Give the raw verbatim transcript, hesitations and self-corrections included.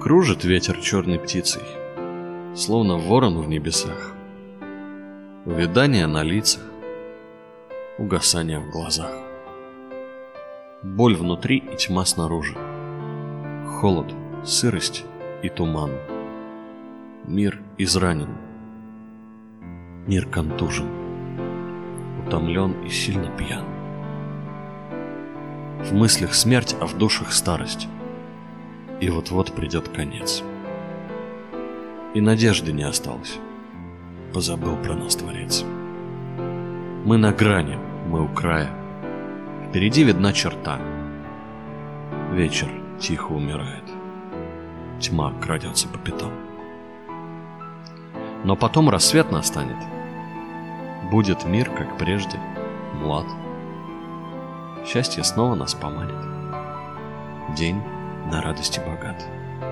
Кружит ветер черной птицей, словно ворон в небесах. Увядание на лицах, угасание в глазах. Боль внутри и тьма снаружи. Холод, сырость и туман. Мир изранен. Мир контужен. Утомлен и сильно пьян. В мыслях смерть, а в душах старость. И вот-вот придет конец. И надежды не осталось. Позабыл про нас Творец. Мы на грани, мы у края. Впереди видна черта. Вечер тихо умирает. Тьма крадется по пятам. Но потом рассвет настанет. Будет мир, как прежде, млад. Счастье снова нас поманит. День на радости богат.